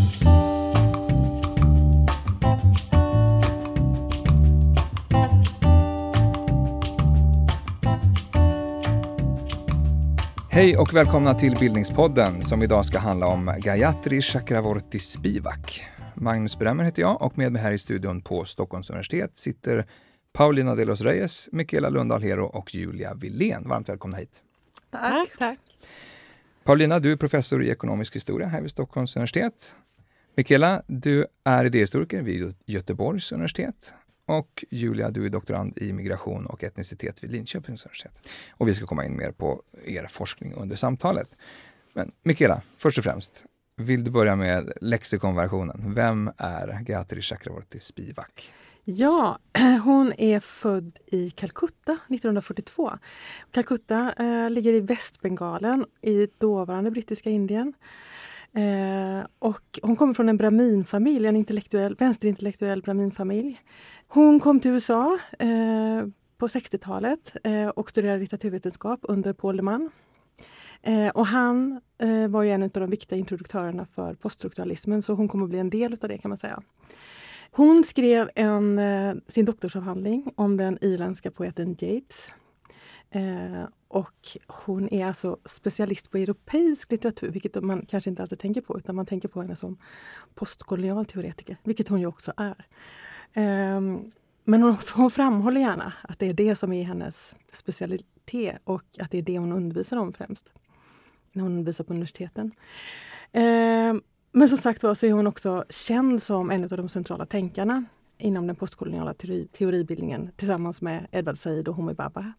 Hej och välkomna till Bildningspodden som idag ska handla om Gayatri Chakravorty Spivak. Magnus Bremmer heter jag och med mig här i studion på Stockholms universitet sitter Paulina de los Reyes, Michaela Lundahl Hero och Julia Willén. Varmt välkomna hit. Tack. Paulina, du är professor i ekonomisk historia här vid Stockholms universitet. Michaela, du är idéhistoriker vid Göteborgs universitet. Och Julia, du är doktorand i migration och etnicitet vid Linköpings universitet. Och vi ska komma in mer på er forskning under samtalet. Men Michaela, först och främst, vill du börja med lexikonversionen? Vem är Gayatri Chakravorty Spivak? Ja, hon är född i Calcutta 1942. Calcutta ligger i Västbengalen i dåvarande brittiska Indien. Och hon kommer från en brahminfamilj, en vänsterintellektuell brahminfamilj. Hon kom till USA på 60-talet och studerade litteraturvetenskap under Paul de Man. Och han var ju en av de viktiga introduktörerna för poststrukturalismen, så hon kommer att bli en del av det, kan man säga. Hon skrev sin doktorsavhandling om den irländska poeten Yeats. Och hon är alltså specialist på europeisk litteratur, vilket man kanske inte alltid tänker på, utan man tänker på henne som postkolonial teoretiker, vilket hon ju också är. Men hon framhåller gärna att det är det som är hennes specialitet och att det är det hon undervisar om främst när hon undervisar på universiteten. Men som sagt så är hon också känd som en av de centrala tänkarna inom den postkoloniala teoribildningen tillsammans med Edward Said och Homi Bhabha.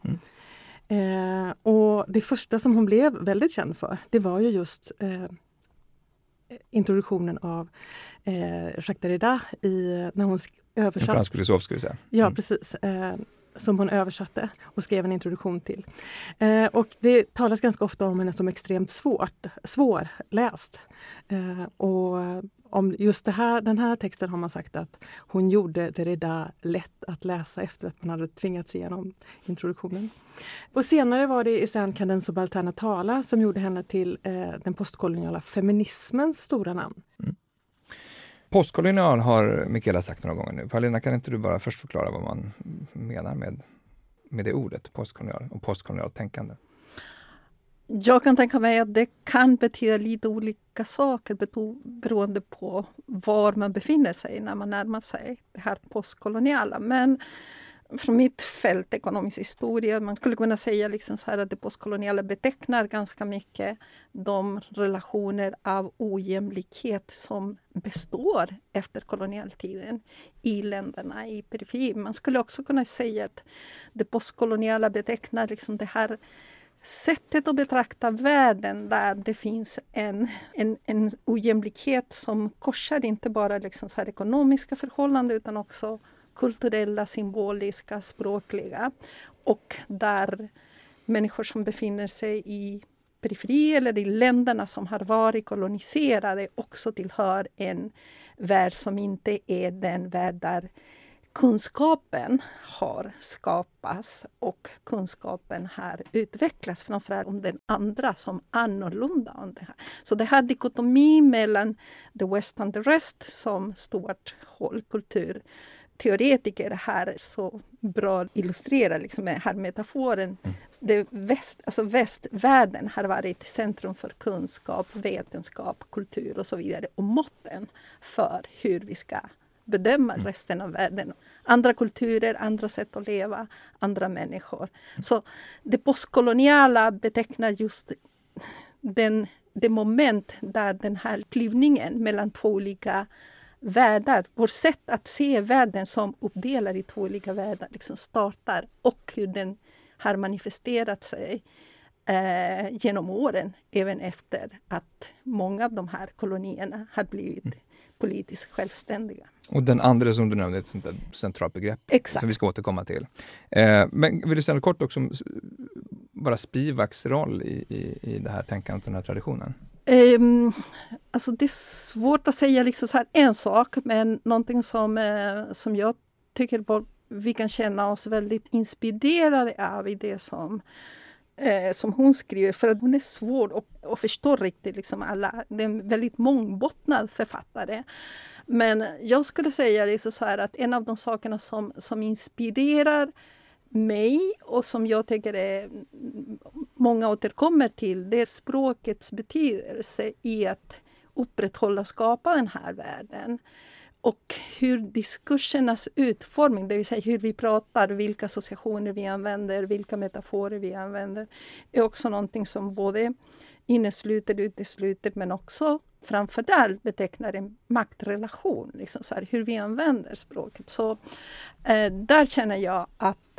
Och det första som hon blev väldigt känd för, det var ju just introduktionen av Jacques Derrida när hon översatte. En fransk filosof, ska vi säga. Ja, precis. Som hon översatte och skrev en introduktion till. Och det talas ganska ofta om henne som extremt svårläst. Och om just den här texten har man sagt att hon gjorde Derrida lätt att läsa efter att man hade tvingats igenom introduktionen. Och senare var det Essene Cadence Subalterna Tala som gjorde henne till den postkoloniala feminismens stora namn. Postkolonial har Michaela sagt några gånger nu. Paulina, kan inte du bara först förklara vad man menar med det ordet, postkolonial och postkolonialt tänkande? Jag kan tänka mig att det kan betyda lite olika saker beroende på var man befinner sig när man närmar sig det här postkoloniala. Men från mitt fält, ekonomisk historia, man skulle kunna säga liksom så här att det postkoloniala betecknar ganska mycket de relationer av ojämlikhet som består efter kolonialtiden i länderna i periferin. Man skulle också kunna säga att det postkoloniala betecknar liksom det här sättet att betrakta världen där det finns en ojämlikhet som korsar inte bara liksom så här ekonomiska förhållanden utan också kulturella, symboliska, språkliga, och där människor som befinner sig i periferi eller i länderna som har varit koloniserade också tillhör en värld som inte är den värld där kunskapen har skapats och kunskapen har utvecklats, framförallt om den andra som annorlunda om det här. Så det här dikotomi mellan the west and the rest som Stuart Hall, kulturteoretiker, här så bra illustrerar liksom med här metaforen. Västvärlden har varit centrum för kunskap, vetenskap, kultur och så vidare, och måtten för hur vi ska bedöma resten av världen. Andra kulturer, andra sätt att leva, andra människor. Så det postkoloniala betecknar just det moment där den här klyvningen mellan två olika världar, vårt sätt att se världen som uppdelad i två olika världar liksom startar, och hur den har manifesterat sig genom åren, även efter att många av de här kolonierna har blivit politiskt självständiga. Och den andra som du nämnde är ett sånt där centralt begrepp. Exakt. Som vi ska återkomma till. Men vill du säga något kort också om bara Spivaks roll i det här tänkandet, den här traditionen? Alltså det är svårt att säga liksom så här en sak, men någonting som jag tycker vi kan känna oss väldigt inspirerade av i det som som hon skriver, för att hon är svår att förstå riktigt liksom alla. Det är en väldigt mångbottnad författare. Men jag skulle säga det så här att en av de sakerna som inspirerar mig och som jag tycker är många återkommer till, det är språkets betydelse i att upprätthålla och skapa den här världen. Och hur diskursernas utformning, det vill säga hur vi pratar, vilka associationer vi använder, vilka metaforer vi använder, är också någonting som både innesluter och utesluter, men också framförallt betecknar en maktrelation, liksom så här, hur vi använder språket. Så där känner jag att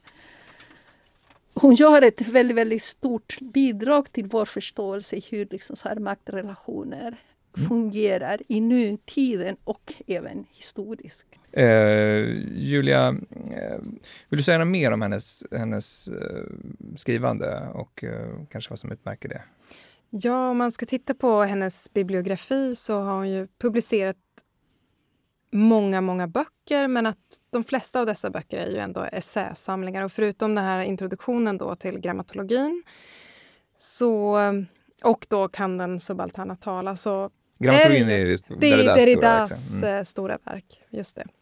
hon gör ett väldigt, väldigt stort bidrag till vår förståelse i hur liksom så här maktrelationer fungerar i nutiden och även historiskt. Julia, vill du säga något mer om hennes skrivande och kanske vad som utmärker det? Ja, om man ska titta på hennes bibliografi så har hon ju publicerat många böcker, men att de flesta av dessa böcker är ju ändå essäsamlingar. Och förutom den här introduktionen då till grammatologin och då Kan den subalterna tala, så Grammatologin är Derridas stora verk, just det.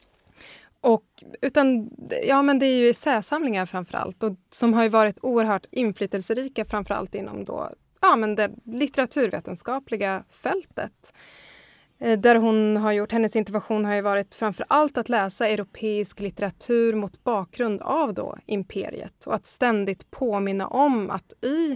Men det är ju essäsamlingar framförallt, och som har ju varit oerhört inflytelserika framförallt inom då, det litteraturvetenskapliga fältet. Där hon har gjort, hennes intervention har ju varit framförallt att läsa europeisk litteratur mot bakgrund av då imperiet, och att ständigt påminna om att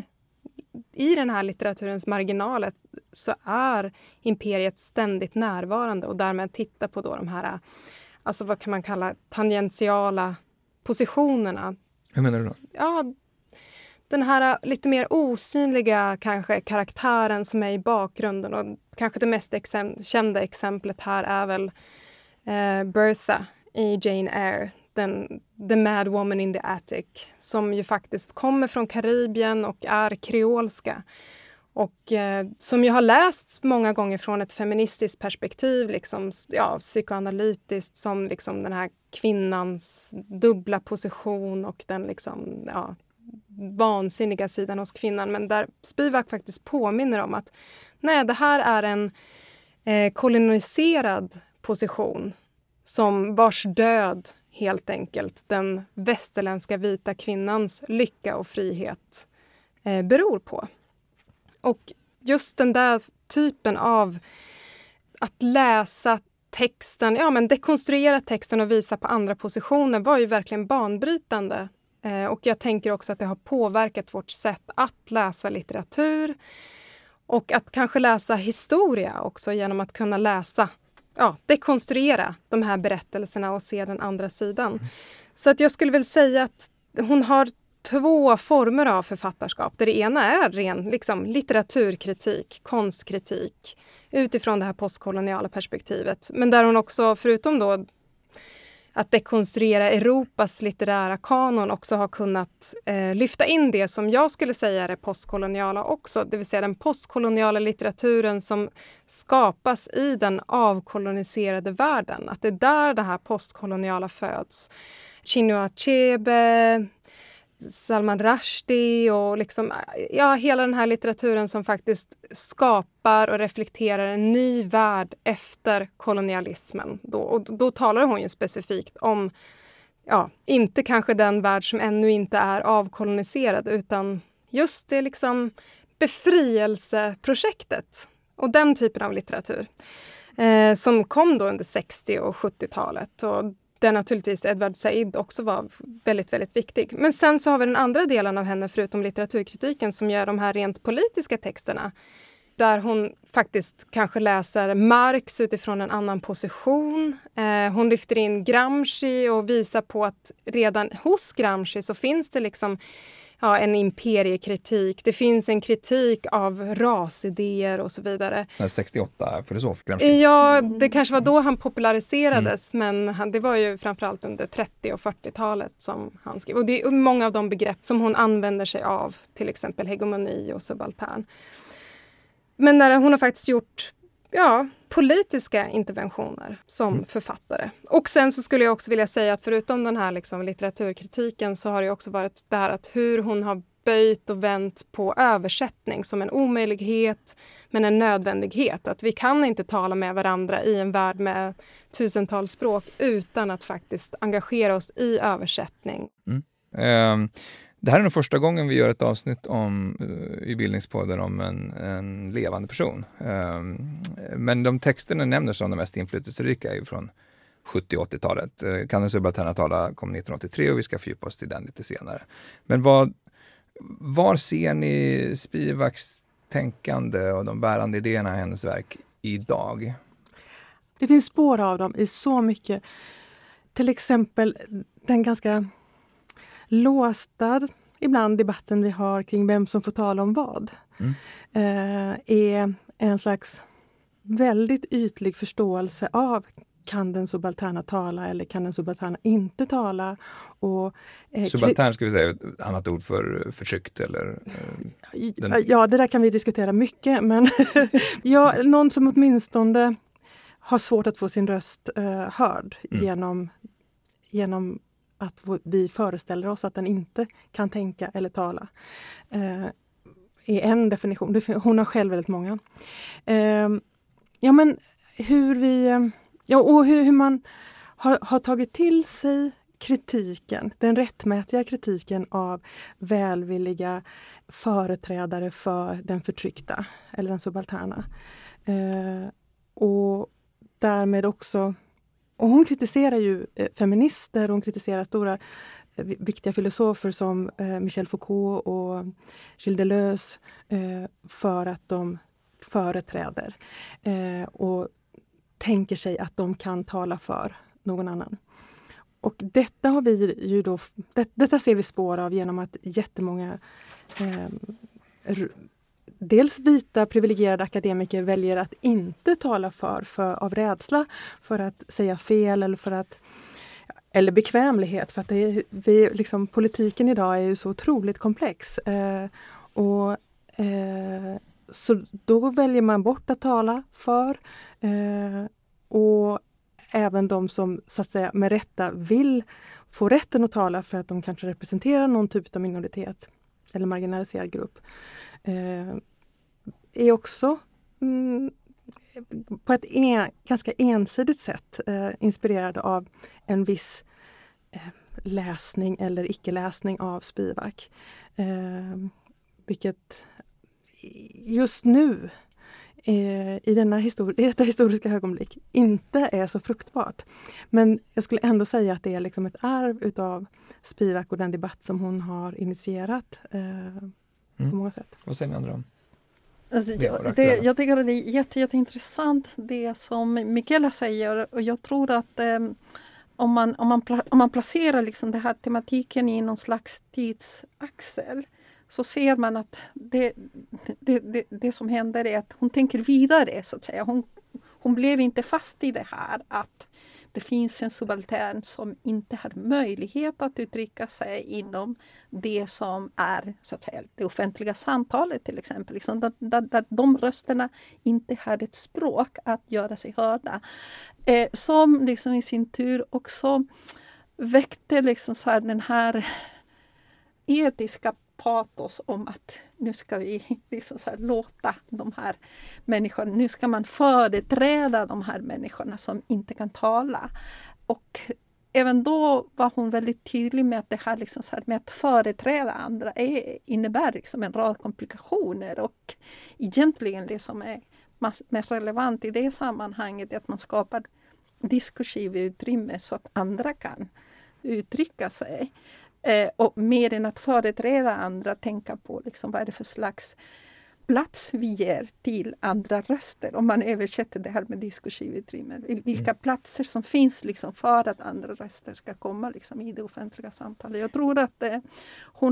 i den här litteraturens marginalet så är imperiet ständigt närvarande, och därmed titta på då de här, alltså vad kan man kalla tangentiala positionerna. Hur menar du då? Ja, den här lite mer osynliga kanske karaktären som är i bakgrunden, och kanske det mest kända exemplet här är väl Bertha i Jane Eyre, The Mad Woman in the Attic, som ju faktiskt kommer från Karibien och är kreolska. Och som ju har lästs många gånger från ett feministiskt perspektiv, liksom, psykoanalytiskt, som liksom den här kvinnans dubbla position och den liksom, vansinniga sidan hos kvinnan. Men där Spivak faktiskt påminner om att nej, det här är en koloniserad position som vars död helt enkelt den västerländska vita kvinnans lycka och frihet beror på. Och just den där typen av att läsa texten, dekonstruera texten och visa på andra positioner var ju verkligen banbrytande. Och jag tänker också att det har påverkat vårt sätt att läsa litteratur och att kanske läsa historia också, genom att kunna läsa, dekonstruera de här berättelserna och se den andra sidan. Så att jag skulle väl säga att hon har två former av författarskap. Det ena är ren litteraturkritik, konstkritik utifrån det här postkoloniala perspektivet. Men där hon också, förutom då att dekonstruera Europas litterära kanon, också har kunnat lyfta in det som jag skulle säga är det postkoloniala också. Det vill säga den postkoloniala litteraturen som skapas i den avkoloniserade världen. Att det är där det här postkoloniala föds. Chinua Achebe, Salman Rushdie och hela den här litteraturen som faktiskt skapar och reflekterar en ny värld efter kolonialismen. Då talar hon ju specifikt om, inte kanske den värld som ännu inte är avkoloniserad, utan just det befrielseprojektet och den typen av litteratur som kom då under 60- och 70-talet. Och där naturligtvis Edward Said också var väldigt, väldigt viktig. Men sen så har vi den andra delen av henne, förutom litteraturkritiken, som gör de här rent politiska texterna. Där hon faktiskt kanske läser Marx utifrån en annan position. Hon lyfter in Gramsci och visar på att redan hos Gramsci så finns det en imperiekritik. Det finns en kritik av rasidéer och så vidare. 68-filosof Gramsci. Ja, det kanske var då han populariserades, men det var ju framförallt under 30- och 40-talet som han skrev. Och det är många av de begrepp som hon använder sig av, till exempel hegemoni och subaltern. Men när hon har faktiskt gjort politiska interventioner som författare. Och sen så skulle jag också vilja säga att förutom den här litteraturkritiken så har det också varit det här att hur hon har böjt och vänt på översättning som en omöjlighet men en nödvändighet. Att vi kan inte tala med varandra i en värld med tusentals språk utan att faktiskt engagera oss i översättning. Det här är nog första gången vi gör ett avsnitt i Bildningspodden om en levande person. Men de texterna nämner som de mest inflytelserika är ju från 70-80-talet. Kan den subalterna tala kom 1983 och vi ska fördjupa oss till den lite senare. Men var ser ni Spivaks tänkande och de bärande idéerna i hennes verk idag? Det finns spår av dem i så mycket. Till exempel den ganska låsta ibland debatten vi har kring vem som får tala om vad. Är en slags väldigt ytlig förståelse av kan den subalterna tala eller kan den subalterna inte tala. Och, subaltern ska vi säga ett annat ord för förtryckt eller... Ja, det där kan vi diskutera mycket, men någon som åtminstone har svårt att få sin röst hörd genom att vi föreställer oss att den inte kan tänka eller tala. Är en definition. Hon har själv väldigt många. Hur man har tagit till sig kritiken, den rättmätiga kritiken av välvilliga företrädare för den förtryckta eller den subalterna. Och därmed också, och hon kritiserar ju feminister, hon kritiserar stora viktiga filosofer som Michel Foucault och Gilles Deleuze för att de företräder och tänker sig att de kan tala för någon annan. Och detta har vi ju då, detta ser vi spår av genom att jättemånga dels vita privilegierade akademiker väljer att inte tala för av rädsla för att säga fel eller bekvämlighet, för att politiken idag är ju så otroligt komplex. Så då väljer man bort att tala för och även de som så att säga med rätta vill få rätten att tala för att de kanske representerar någon typ av minoritet eller marginaliserad grupp är också på ett ganska ensidigt sätt inspirerade av en viss läsning eller icke-läsning av Spivak. Vilket just nu i detta historiska ögonblick inte är så fruktbart. Men jag skulle ändå säga att det är liksom ett arv utav Spivak och den debatt som hon har initierat på många sätt. Vad säger ni andra om? Alltså, jag tycker att det är jätteintressant det som Michaela säger, och jag tror att om man placerar liksom den här tematiken i någon slags tidsaxel, så ser man att det som händer är att hon tänker vidare, så att säga. Hon blev inte fast i det här att det finns en subaltern som inte har möjlighet att uttrycka sig inom det som är, så att säga, det offentliga samtalet till exempel. Liksom, där de rösterna inte har ett språk att göra sig hörda. Som liksom i sin tur också väckte liksom så här den här etiska patos om att nu ska vi liksom så här låta de här människorna, nu ska man företräda de här människorna som inte kan tala. Och även då var hon väldigt tydlig med att det här, liksom så här med att företräda andra innebär liksom en rad komplikationer, och egentligen det som är mest relevant i det sammanhanget är att man skapar diskursiv utrymme så att andra kan uttrycka sig. Och mer än att företräda andra, tänka på liksom, vad är det för slags plats vi ger till andra röster. Om man översätter det här med diskursiv utrymme. Vilka platser som finns liksom, för att andra röster ska komma liksom, i det offentliga samtalet. Jag tror att hon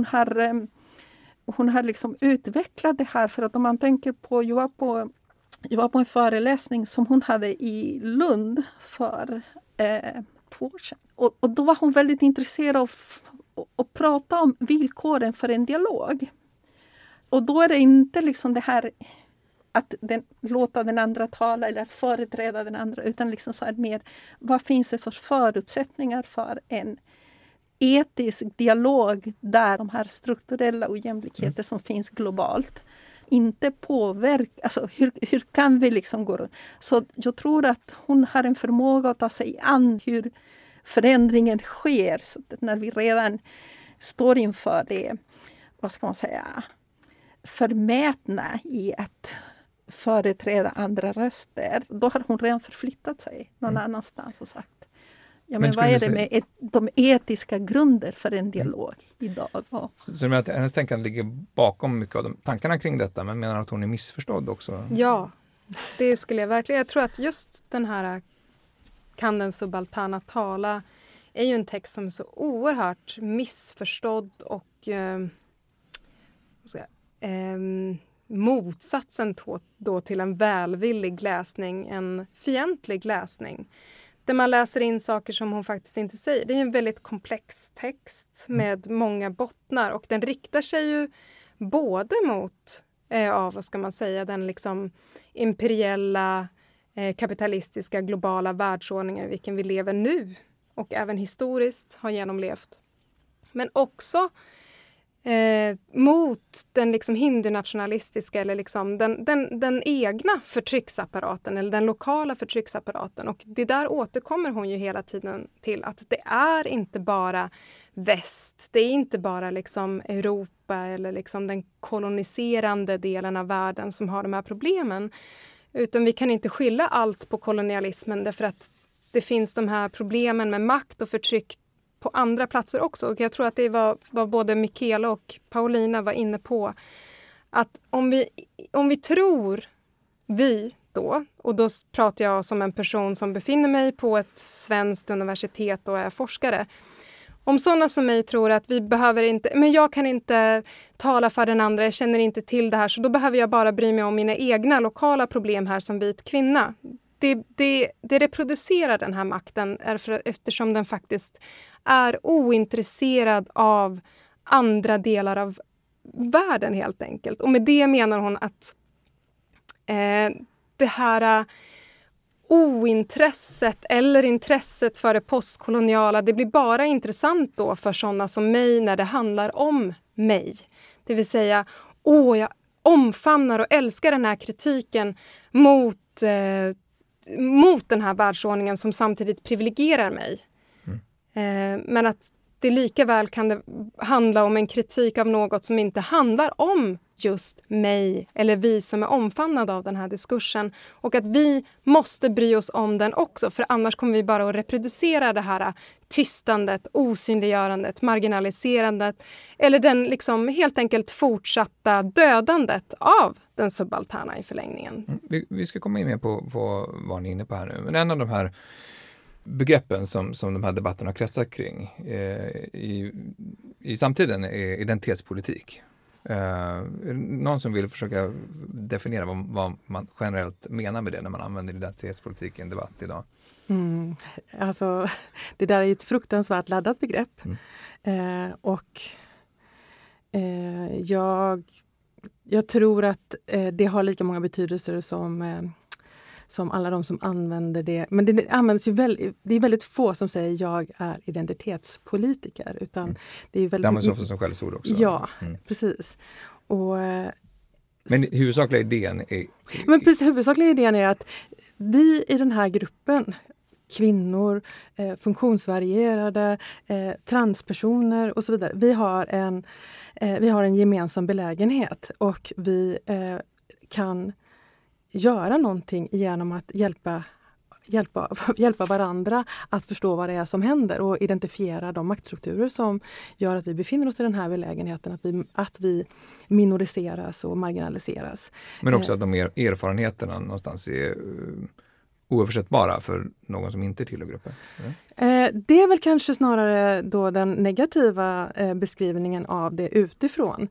har liksom utvecklat det här. För att om man tänker på, jag var på en föreläsning som hon hade i Lund för 2 år sedan. Och då var hon väldigt intresserad av och prata om villkoren för en dialog. Och då är det inte liksom det här att låta den andra tala eller företräda den andra, utan liksom så här mer, vad finns det för förutsättningar för etisk dialog där de här strukturella ojämlikheter som finns globalt inte påverkar, alltså hur kan vi liksom gå runt? Så jag tror att hon har en förmåga att ta sig an hur förändringen sker, så att när vi redan står inför det, vad ska man säga, förmätna i att företräda andra röster, då har hon redan förflyttat sig någon annanstans och sagt, ja, men vad är det med de etiska grunder för en dialog idag? Ja. Så du menar att hennes tänkande ligger bakom mycket av de tankarna kring detta, men menar att hon är missförstådd också? Ja, det skulle jag verkligen. Jag tror att just den här Kan den subalterna tala är ju en text som är så oerhört missförstådd och motsatsen då till en välvillig läsning, en fientlig läsning. Där man läser in saker som hon faktiskt inte säger. Det är en väldigt komplex text med många bottnar, och den riktar sig ju både mot vad ska man säga, den liksom imperiella, kapitalistiska, globala världsordningen i vilken vi lever nu och även historiskt har genomlevt. Men också mot den liksom hindunationalistiska eller liksom den egna förtrycksapparaten eller den lokala förtrycksapparaten. Och det där återkommer hon ju hela tiden till, att det är inte bara väst, det är inte bara liksom Europa eller liksom den koloniserande delen av världen som har de här problemen. Utan vi kan inte skylla allt på kolonialismen, därför att det finns de här problemen med makt och förtryck på andra platser också. Och jag tror att det var både Michaela och Paulina var inne på. Att om vi tror, och då pratar jag som en person som befinner mig på ett svenskt universitet och är forskare. Om sådana som mig tror att vi behöver inte, men jag kan inte tala för den andra, jag känner inte till det här, så då behöver jag bara bry mig om mina egna lokala problem här som vit kvinna. Det reproducerar den här makten eftersom den faktiskt är ointresserad av andra delar av världen helt enkelt. Och med det menar hon att det här ointresset eller intresset för det postkoloniala, det blir bara intressant då för sådana som mig när det handlar om mig. Det vill säga, jag omfamnar och älskar den här kritiken mot den här världsordningen som samtidigt privilegierar mig. Men att det lika väl kan det handla om en kritik av något som inte handlar om just mig eller vi som är omfamnade av den här diskursen. Och att vi måste bry oss om den också, för annars kommer vi bara att reproducera det här tystandet, osynliggörandet, marginaliserandet eller den liksom helt enkelt fortsatta dödandet av den subalterna i förlängningen. Vi ska komma in mer på vad ni är inne på här nu. Men en av de här begreppen som de här debatterna kretsar kring i samtiden är identitetspolitik. Någon som vill försöka definiera vad man generellt menar med det när man använder identitetspolitik i en debatt idag? Alltså, det där är ju ett fruktansvärt laddat begrepp. Jag tror att det har lika många betydelser som alla de som använder det. Men det används ju det är väldigt få som säger jag är identitetspolitiker. Utan det är väldigt... Det används ofta som skällsord också. Ja, precis. Men huvudsakliga idén är... Men precis, huvudsakliga idén är att vi i den här gruppen, kvinnor, funktionsvarierade, transpersoner och så vidare, vi har en gemensam belägenhet och vi kan göra någonting genom att hjälpa varandra att förstå vad det är som händer och identifiera de maktstrukturer som gör att vi befinner oss i den här belägenheten, att vi minoriseras och marginaliseras. Men också att de erfarenheterna någonstans är oöversättbara för någon som inte tillhör gruppen? Det är väl kanske snarare då den negativa beskrivningen av det utifrån.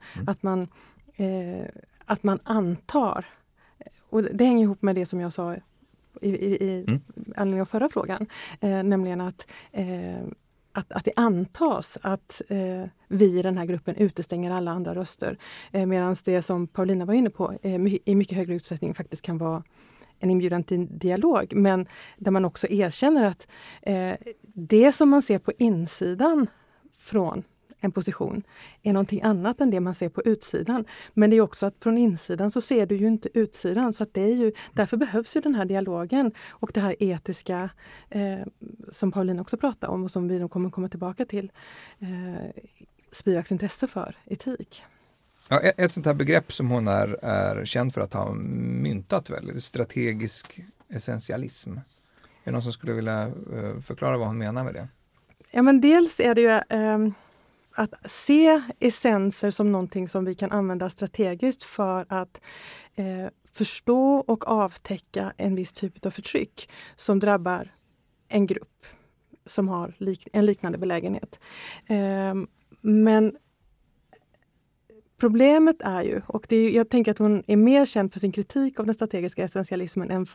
Att man antar. Och det hänger ihop med det som jag sa i anledning av förra frågan. Nämligen att det antas att vi i den här gruppen utestänger alla andra röster. Medan det som Paulina var inne på i mycket högre utsträckning faktiskt kan vara en inbjudan till dialog. Men där man också erkänner att det som man ser på insidan från en position är någonting annat än det man ser på utsidan. Men det är också att från insidan så ser du ju inte utsidan. Så att det är ju, därför behövs ju den här dialogen och det här etiska som Paulina också pratade om och som vi nog kommer komma tillbaka till. Spivaks intresse för etik. Ja, ett sånt här begrepp som hon är känd för att ha myntat väl, strategisk essentialism. Är det någon som skulle vilja förklara vad hon menar med det? Ja, men dels är det ju att se essenser som någonting som vi kan använda strategiskt för att förstå och avtäcka en viss typ av förtryck som drabbar en grupp som har en liknande belägenhet. Men problemet är ju, och jag tänker att hon är mer känd för sin kritik av den strategiska essentialismen än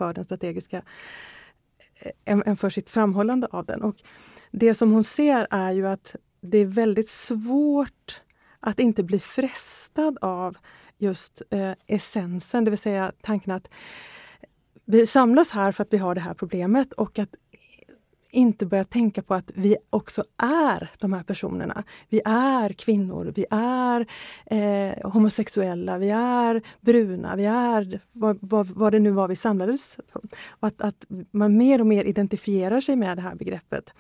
för sitt framhållande av den. Och det som hon ser är ju att det är väldigt svårt att inte bli frestad av just essensen, det vill säga tanken att vi samlas här för att vi har det här problemet och att inte börja tänka på att vi också är de här personerna. Vi är kvinnor, vi är homosexuella, vi är bruna, vi är vad det nu var vi samlades på. Att man mer och mer identifierar sig med det här begreppet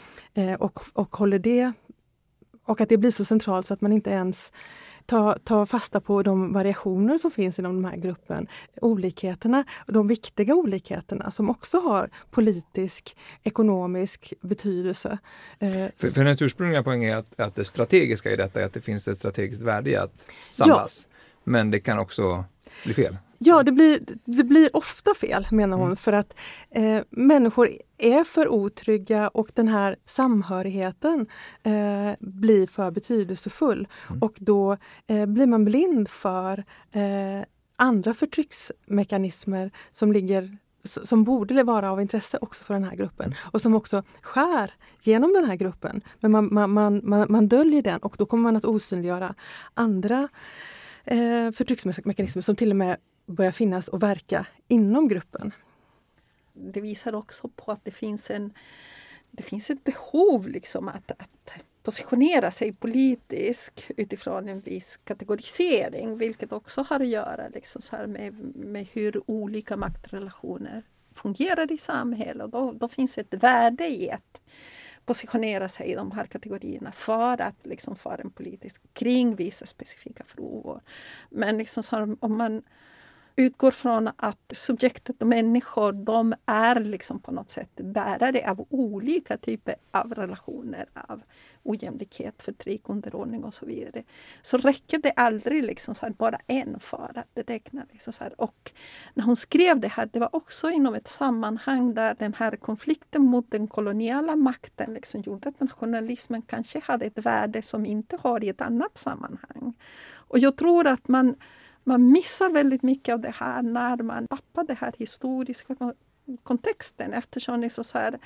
och håller det, och att det blir så centralt så att man inte ens tar fasta på de variationer som finns inom den här gruppen, olikheterna, de viktiga olikheterna som också har politisk, ekonomisk betydelse. För den ursprungliga poängen är att det strategiska i detta är att det finns ett strategiskt värde i att samlas. Ja. Men det kan också bli fel. Ja, det blir ofta fel, menar hon, för att människor är för otrygga och den här samhörigheten blir för betydelsefull. Och då blir man blind för andra förtrycksmekanismer som borde vara av intresse också för den här gruppen och som också skär genom den här gruppen. Men man döljer den och då kommer man att osynliggöra andra förtrycksmekanismer som till och med börjar finnas och verka inom gruppen. Det visar också på att det finns ett behov liksom att positionera sig politiskt utifrån en viss kategorisering, vilket också har att göra liksom så här med hur olika maktrelationer fungerar i samhället. Och då finns ett värde i att positionera sig i de här kategorierna för att liksom föra en politisk kring vissa specifika frågor. Men liksom så här, om man utgår från att subjektet och människor, de är liksom på något sätt bärare av olika typer av relationer, av ojämlikhet, förtryck, underordning och så vidare. Så räcker det aldrig liksom så här bara en för att beteckna liksom så här. Och när hon skrev det här, det var också inom ett sammanhang där den här konflikten mot den koloniala makten liksom gjorde att nationalismen kanske hade ett värde som inte har i ett annat sammanhang. Och jag tror att man missar väldigt mycket av det här när man tappar det här historiska kontexten, eftersom det är så här,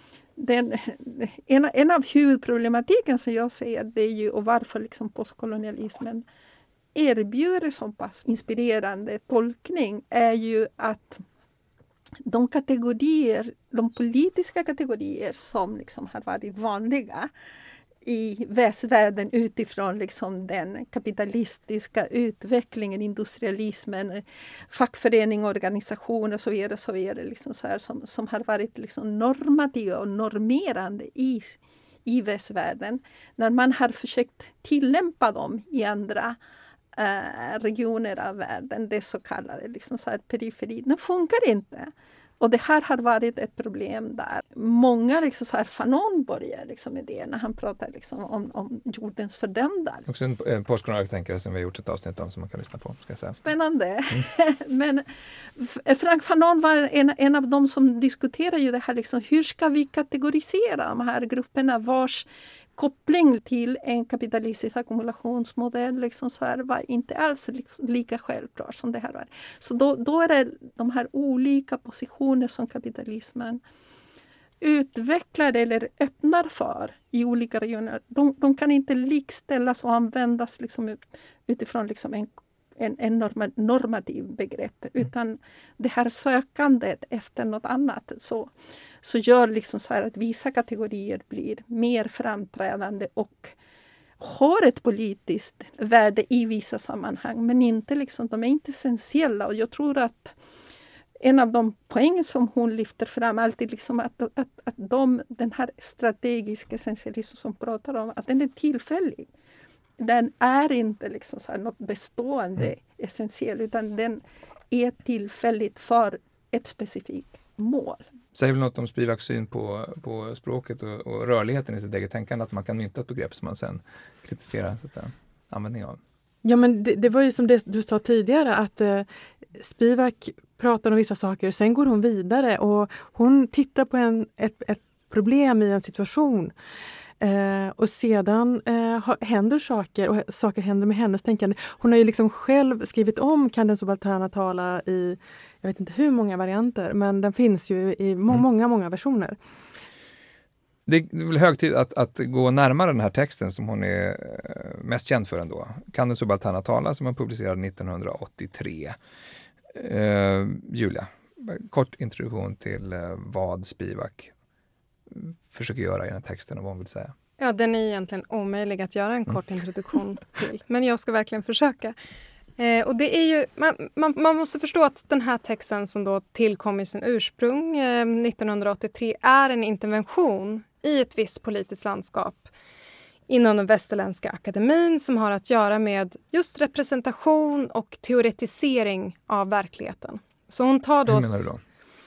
en av huvudproblematiken som jag ser, det är ju och varför liksom postkolonialismen erbjuder så pass inspirerande tolkning, är ju att de politiska kategorier som liksom har varit vanliga i västvärlden utifrån liksom den kapitalistiska utvecklingen, industrialismen, fackförening, organisation och så vidare liksom så här, som har varit liksom normativa och normerande i västvärlden. När man har försökt tillämpa dem i andra regioner av världen, det så kallade liksom så här periferi, det funkar inte. Och det här har varit ett problem där många liksom så här Fanon börjar liksom med det när han pratar liksom om jordens fördömda. Också en postkolonial tänkare som vi har gjort ett avsnitt om som man kan lyssna på. Ska jag säga. Spännande. Men Frank Fanon var en av dem som diskuterar ju det här liksom, hur ska vi kategorisera de här grupperna vars koppling till en kapitalistisk ackumulationsmodell liksom så här, var inte alls lika självklart som det här var. Så då är det de här olika positioner som kapitalismen utvecklar eller öppnar för i olika regioner. De kan inte likställas och användas liksom utifrån liksom en normativ begrepp. Utan det här sökandet efter något annat så gör liksom så här att vissa kategorier blir mer framträdande och har ett politiskt värde i vissa sammanhang, men inte liksom, de är inte essentiella. Och jag tror att en av de poäng som hon lyfter fram alltid liksom att den här strategiska essentialismen som pratar om, att den är tillfällig. Den är inte liksom så här något bestående essentiellt, utan den är tillfälligt för ett specifikt mål. Säger väl något om Spivaks syn på språket och rörligheten i sitt eget tänkande, att man kan mynta ett begrepp som man sen kritiserar så att säga, användning av. Ja, men det var ju som det du sa tidigare, att Spivak pratar om vissa saker, sen går hon vidare och hon tittar på ett problem i en situation. Och sedan händer saker, och saker händer med hennes tänkande. Hon har ju liksom själv skrivit om Kan den subalterna tala i, jag vet inte hur många varianter, men den finns ju i många versioner. Det är väl hög tid att gå närmare den här texten som hon är mest känd för ändå. Kan den subalterna tala, som hon publicerade 1983. Julia, kort introduktion till vad Spivak försöker göra i den här texten och vad hon vill säga. Ja, den är egentligen omöjlig att göra en kort introduktion till. Men jag ska verkligen försöka. Och det är ju, man måste förstå att den här texten som då tillkom i sin ursprung 1983 är en intervention i ett visst politiskt landskap inom den västerländska akademin som har att göra med just representation och teoretisering av verkligheten. Så hon tar då... Hur menar du då?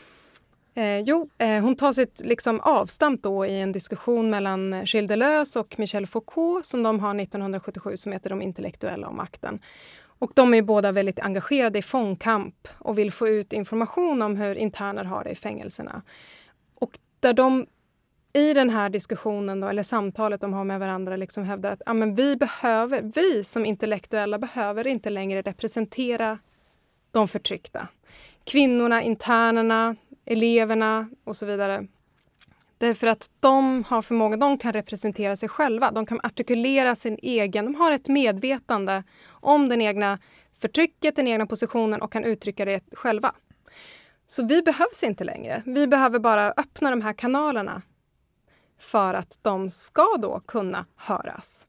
Hon tar sitt liksom avstamp då i en diskussion mellan Gilles Deleuze och Michel Foucault som de har 1977 som heter De intellektuella och makten. Och de är båda väldigt engagerade i fångkamp och vill få ut information om hur interner har det i fängelserna. Och där de i den här diskussionen då, eller samtalet de har med varandra liksom hävdar att vi som intellektuella behöver inte längre representera de förtryckta. Kvinnorna, internerna, eleverna och så vidare. Därför att de har förmåga, de kan representera sig själva. De kan artikulera sin egen, de har ett medvetande om den egna förtrycket, den egna positionen och kan uttrycka det själva. Så vi behövs inte längre. Vi behöver bara öppna de här kanalerna för att de ska då kunna höras.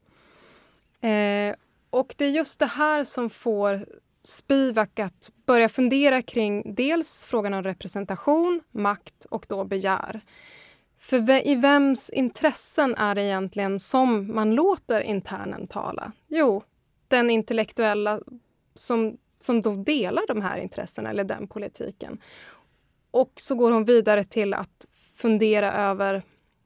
Och det är just det här som får Spivak att börja fundera kring dels frågan om representation, makt och då begär. För i vems intressen är det egentligen som man låter internen tala? Jo, den intellektuella som då delar de här intressena eller den politiken. Och så går hon vidare till att fundera över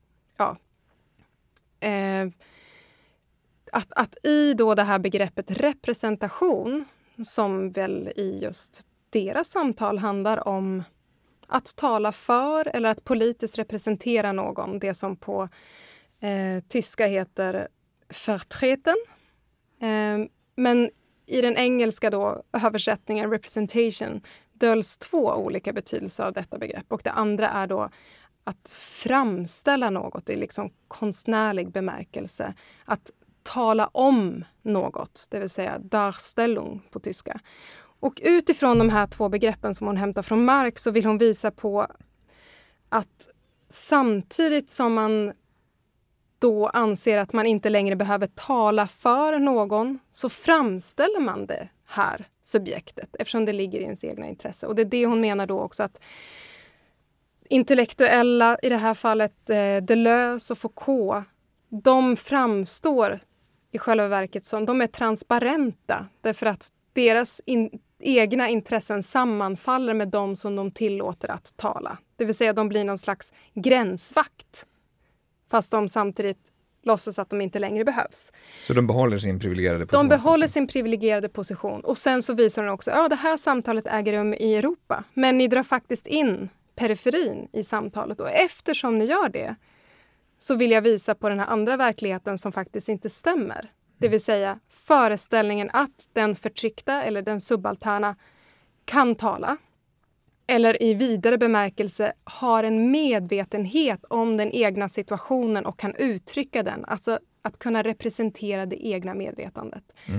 att i då det här begreppet representation som väl i just deras samtal handlar om att tala för eller att politiskt representera någon. Det som på tyska heter vertreten. Men i den engelska då, översättningen representation döljs två olika betydelser av detta begrepp. Och det andra är då att framställa något i liksom konstnärlig bemärkelse. Att tala om något, det vill säga Darstellung på tyska. Och utifrån de här två begreppen som hon hämtar från Marx så vill hon visa på att samtidigt som man då anser att man inte längre behöver tala för någon så framställer man det här subjektet eftersom det ligger i ens egna intresse. Och det är det hon menar då också att intellektuella, i det här fallet Deleuze och Foucault, de framstår i själva verket som de är transparenta därför att deras egna intressen sammanfaller med de som de tillåter att tala. Det vill säga de blir någon slags gränsvakt fast de samtidigt låtsas att de inte längre behövs. Så de behåller sin privilegierade position? De behåller sin privilegierade position. Och sen så visar de också det här samtalet äger rum i Europa. Men ni drar faktiskt in periferin i samtalet. Och eftersom ni gör det så vill jag visa på den här andra verkligheten som faktiskt inte stämmer. Det vill säga föreställningen att den förtryckta eller den subalterna kan tala. Eller i vidare bemärkelse har en medvetenhet om den egna situationen och kan uttrycka den. Alltså att kunna representera det egna medvetandet.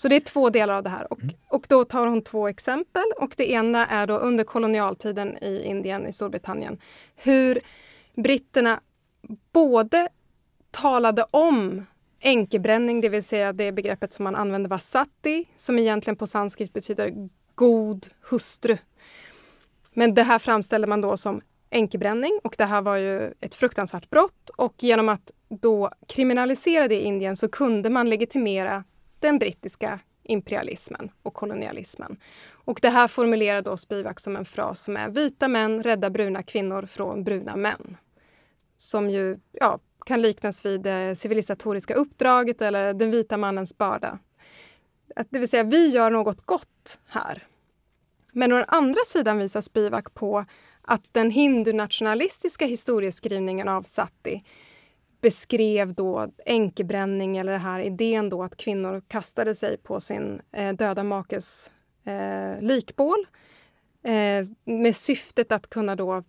Så det är 2 delar av det här. Och då tar hon 2 exempel. Och det ena är då under kolonialtiden i Indien, i Storbritannien. Hur britterna både talade om enkebränning, det vill säga det begreppet som man använde var sati, som egentligen på sanskrit betyder god hustru. Men det här framställde man då som enkebränning, och det här var ju ett fruktansvärt brott, och genom att då kriminalisera det i Indien så kunde man legitimera den brittiska imperialismen och kolonialismen. Och det här formulerar då Spivak som en fras som är: vita män rädda bruna kvinnor från bruna män. Som ju kan liknas vid det civilisatoriska uppdraget eller den vita mannens börda. Det vill säga, vi gör något gott här. Men å den andra sidan visar Spivak på att den hindunationalistiska historieskrivningen av sati beskrev då enkebränning, eller den här idén då att kvinnor kastade sig på sin döda makes likbål med syftet att kunna då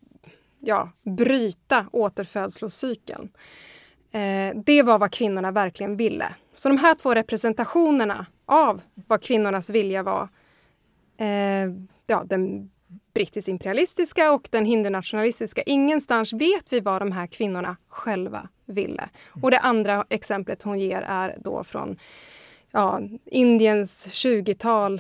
bryta återfödslocykeln. Det var vad kvinnorna verkligen ville. Så de här 2 representationerna av vad kvinnornas vilja var, den brittisk imperialistiska och den hindunationalistiska. Ingenstans vet vi vad de här kvinnorna själva ville. Och det andra exemplet hon ger är då från Indiens 20-tal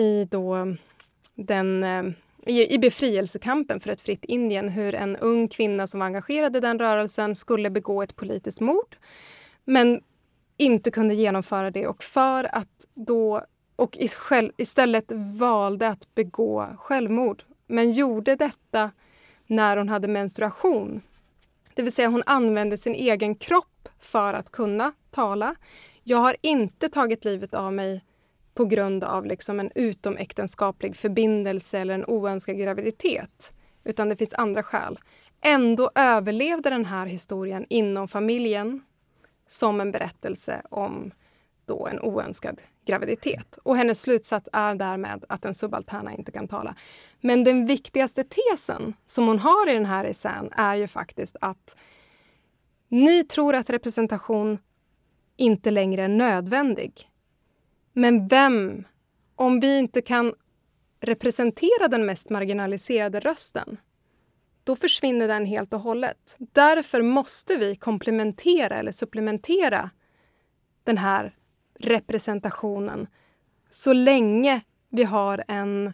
i befrielsekampen för ett fritt Indien, hur en ung kvinna som var engagerad i den rörelsen skulle begå ett politiskt mord, men inte kunde genomföra det, och för att då istället valde att begå självmord, men gjorde detta när hon hade menstruation. Det vill säga, hon använde sin egen kropp för att kunna tala. Jag har inte tagit livet av mig på grund av liksom en utomäktenskaplig förbindelse eller en oönskad graviditet, utan det finns andra skäl. Ändå överlevde den här historien inom familjen som en berättelse om då en oönskad graviditet. Och hennes slutsats är därmed att en subalterna inte kan tala. Men den viktigaste tesen som hon har i den här essän är ju faktiskt att ni tror att representation inte längre är nödvändig. Men om vi inte kan representera den mest marginaliserade rösten, då försvinner den helt och hållet. Därför måste vi komplementera eller supplementera den här representationen så länge vi har en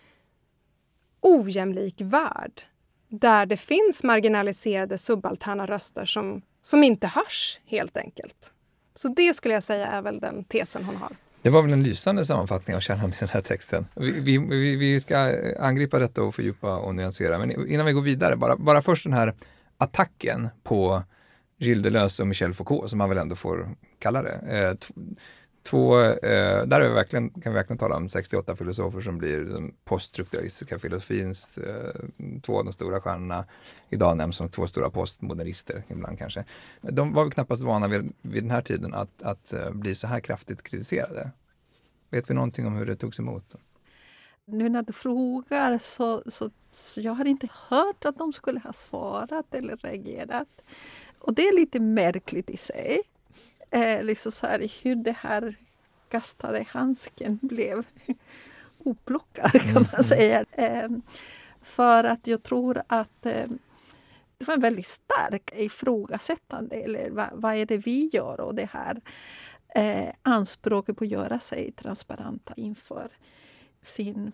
ojämlik värld där det finns marginaliserade subalterna röster som inte hörs helt enkelt. Så det skulle jag säga är väl den tesen hon har. Det var väl en lysande sammanfattning av kärnan i den här texten. Vi ska angripa detta och fördjupa och nyansera. Men innan vi går vidare, bara först den här attacken på Gilles Deleuze och Michel Foucault, som man väl ändå får kalla det. Där är kan vi verkligen tala om 68 filosofer som blir den poststrukturalistiska filosofins 2 av de stora stjärnorna. Idag nämns som 2 stora postmodernister ibland kanske. De var knappast vana vid den här tiden att bli så här kraftigt kritiserade. Vet vi någonting om hur det togs emot? Nu när du frågar så jag har inte hört att de skulle ha svarat eller reagerat. Och det är lite märkligt i sig. Liksom så här, hur det här kastade handsken blev oplockad, kan man säga. För att jag tror att det var en väldigt stark ifrågasättande, eller vad är det vi gör, och det här anspråket på att göra sig transparenta inför sin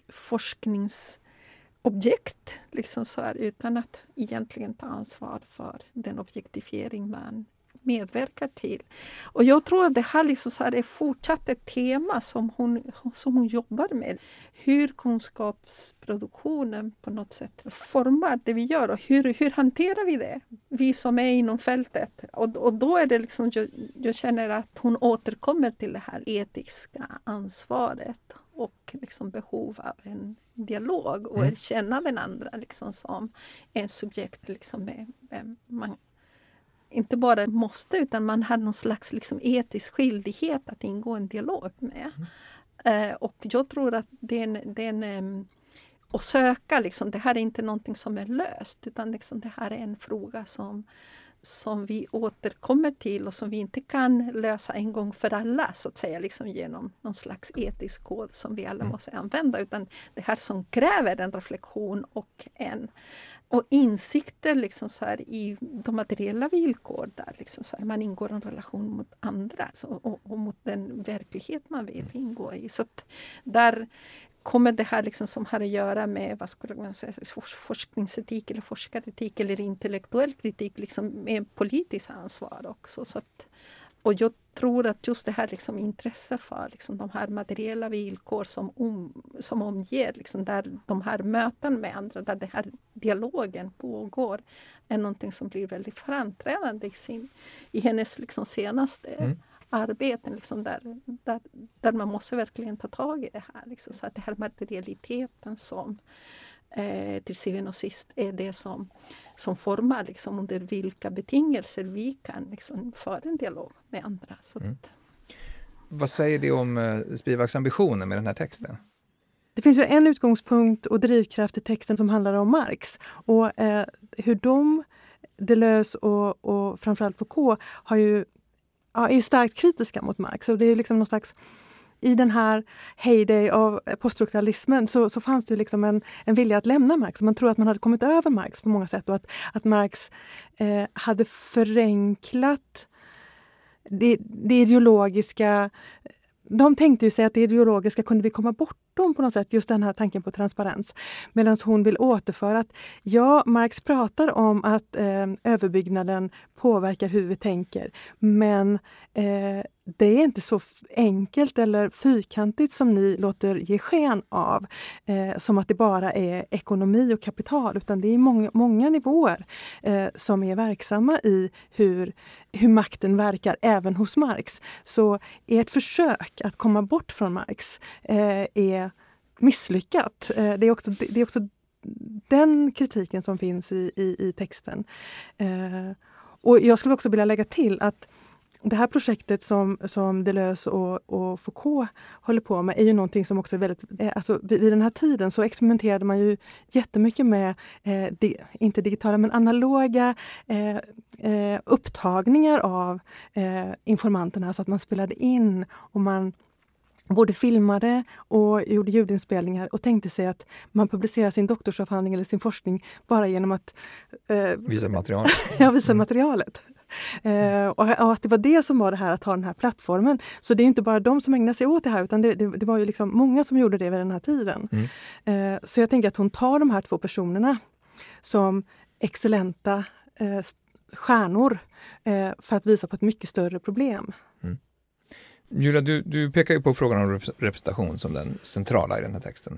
forskningsobjekt, liksom så här, utan att egentligen ta ansvar för den objektifiering man medverkar till. Och jag tror att det här liksom så här är fortsatt ett tema som hon jobbar med. Hur kunskapsproduktionen på något sätt formar det vi gör, och hur hanterar vi det? Vi som är inom fältet. Och då är det liksom, jag känner att hon återkommer till det här etiska ansvaret och liksom behov av en dialog och erkänna den andra liksom som en subjekt liksom med man inte bara måste, utan man har någon slags liksom etisk skyldighet att ingå en dialog med. Och jag tror att att söka liksom, det här är inte någonting som är löst, utan liksom, det här är en fråga som som vi återkommer till och som vi inte kan lösa en gång för alla, så att säga, liksom genom någon slags etisk kod som vi alla måste använda, utan det här som kräver en reflektion och insikter liksom så här, i de materiella villkor där liksom så här, man ingår en relation mot andra och mot den verklighet man vill ingå i. Så att där kommer det här liksom som har att göra med, vad skulle man säga, forskningsetik eller forskaretik eller intellektuell kritik liksom med politiskt ansvar också. Så att, och jag tror att just det här liksom intresse för liksom de här materiella villkor som omger liksom där de här möten med andra, där den här dialogen pågår, är någonting som blir väldigt framträdande i hennes liksom senaste arbeten, liksom där man måste verkligen ta tag i det här. Liksom, så att det här materialiteten som till syvende och sist är det som formar liksom, under vilka betingelser vi kan liksom, föra en dialog med andra. Så att... Vad säger det om Spivaks ambitioner med den här texten? Det finns ju en utgångspunkt och drivkraft i texten som handlar om Marx. Och hur Deleuze och framförallt Foucault är ju starkt kritiska mot Marx. Så det är liksom någon slags, i den här heyday av poststrukturalismen så fanns det ju liksom en vilja att lämna Marx. Man tror att man hade kommit över Marx på många sätt och att Marx hade förenklat det ideologiska. De tänkte ju sig att det ideologiska kunde vi komma bortom på något sätt, just den här tanken på transparens. Medan hon vill återföra att Marx pratar om att överbyggnaden påverkar hur vi tänker. Men det är inte så enkelt eller fyrkantigt som ni låter ge sken av. Som att det bara är ekonomi och kapital, utan det är många nivåer som är verksamma i hur makten verkar även hos Marx. Så ert försök att komma bort från Marx är misslyckat. Det är också den kritiken som finns i texten. Och jag skulle också vilja lägga till att det här projektet som Deleuze och Foucault håller på med är ju någonting som också är väldigt... Alltså vid den här tiden så experimenterade man ju jättemycket med, inte digitala men analoga upptagningar av informanterna, så att man spelade in och man både filmade och gjorde ljudinspelningar och tänkte sig att man publicerar sin doktorsavhandling eller sin forskning bara genom att visa materialet. Visa materialet. Och att det var det som var det här, att ha den här plattformen. Så det är inte bara de som ägnar sig åt det här, utan det var ju liksom många som gjorde det vid den här tiden. Så jag tänker att hon tar de här två personerna som excellenta stjärnor för att visa på ett mycket större problem. Julia, du pekar ju på frågan om representation som den centrala i den här texten.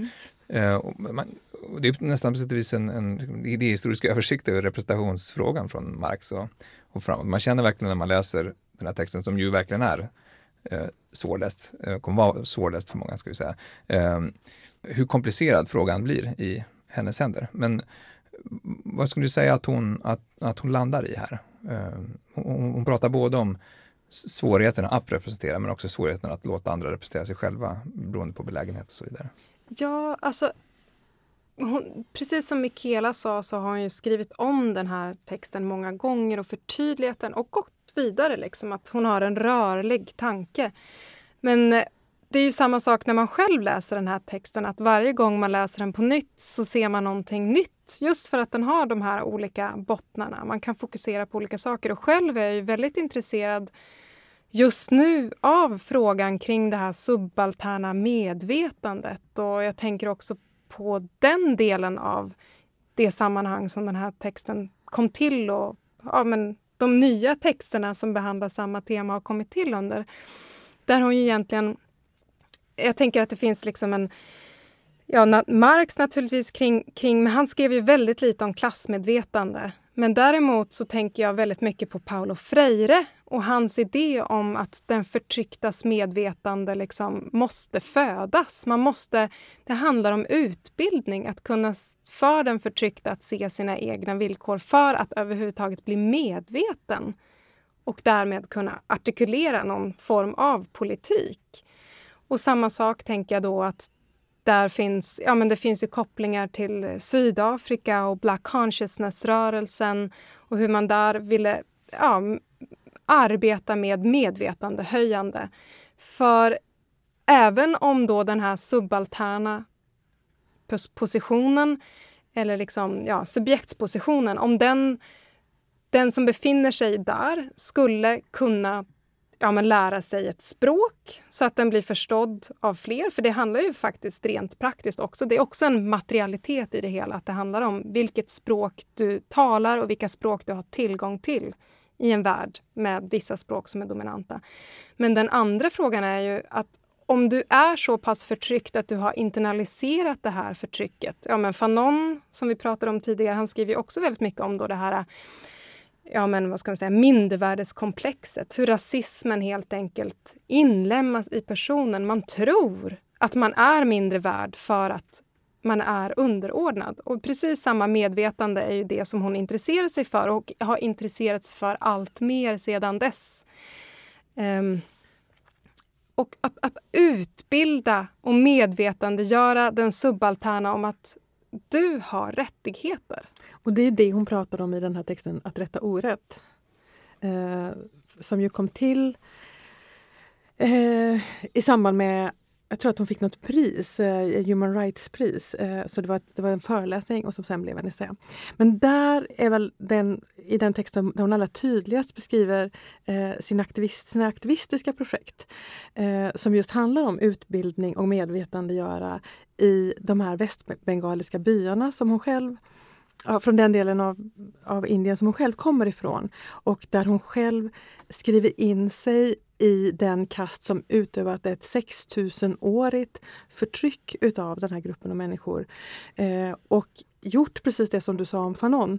Det är nästan på sätt och vis en idéhistorisk översikt över representationsfrågan från Marx och framåt. Man känner verkligen när man läser den här texten, som ju verkligen är svårläst, kommer vara svårläst för många, ska vi säga, hur komplicerad frågan blir i hennes händer. Men vad skulle du säga att hon landar i här? Hon pratar både om svårigheterna att representera, men också svårigheterna att låta andra representera sig själva beroende på belägenhet och så vidare. Ja, alltså precis som Michaela sa, så har hon ju skrivit om den här texten många gånger och förtydligat den och gått vidare, liksom, att hon har en rörlig tanke. Men det är ju samma sak när man själv läser den här texten, att varje gång man läser den på nytt så ser man någonting nytt, just för att den har de här olika bottnarna. Man kan fokusera på olika saker, och själv är jag ju väldigt intresserad just nu av frågan kring det här subalterna medvetandet, och jag tänker också på den delen av det sammanhang som den här texten kom till, och de nya texterna som behandlar samma tema har kommit till under. Där hon ju egentligen, jag tänker att det finns liksom Marx naturligtvis kring, men han skrev ju väldigt lite om klassmedvetande. Men däremot så tänker jag väldigt mycket på Paulo Freire och hans idé om att den förtrycktas medvetande liksom måste födas. Det handlar om utbildning, att kunna för den förtryckta att se sina egna villkor för att överhuvudtaget bli medveten och därmed kunna artikulera någon form av politik. Och samma sak tänker jag då att Där finns, det finns ju kopplingar till Sydafrika och Black Consciousness-rörelsen och hur man där ville arbeta med medvetandehöjande. För även om då den här subalterna positionen eller liksom, subjektspositionen, om den som befinner sig där skulle kunna lära sig ett språk så att den blir förstådd av fler. För det handlar ju faktiskt rent praktiskt också. Det är också en materialitet i det hela. Att det handlar om vilket språk du talar och vilka språk du har tillgång till i en värld med vissa språk som är dominanta. Men den andra frågan är ju att om du är så pass förtryckt att du har internaliserat det här förtrycket. Fanon, som vi pratade om tidigare, han skriver ju också väldigt mycket om då det här mindervärdeskomplexet. Hur rasismen helt enkelt inlämnas i personen. Man tror att man är mindre värd för att man är underordnad. Och precis samma medvetande är ju det som hon intresserar sig för och har intresserat sig för allt mer sedan dess. Och att utbilda och medvetandegöra den subalterna om att du har rättigheter. Och det är det hon pratar om i den här texten, att rätta orätt. Som ju kom till i samband med, jag tror att hon fick något pris, Human Rights-pris. Så det var en föreläsning och som sen blev en essä. Men där är väl i den texten där hon allra tydligast beskriver sina aktivistiska projekt. Som just handlar om utbildning och medvetandegöra i de här västbengaliska byarna som hon själv, från den delen av Indien som hon själv kommer ifrån. Och där hon själv skriver in sig i den kast som utövat ett 6000-årigt förtryck utav den här gruppen av människor. Och gjort precis det som du sa om Fanon.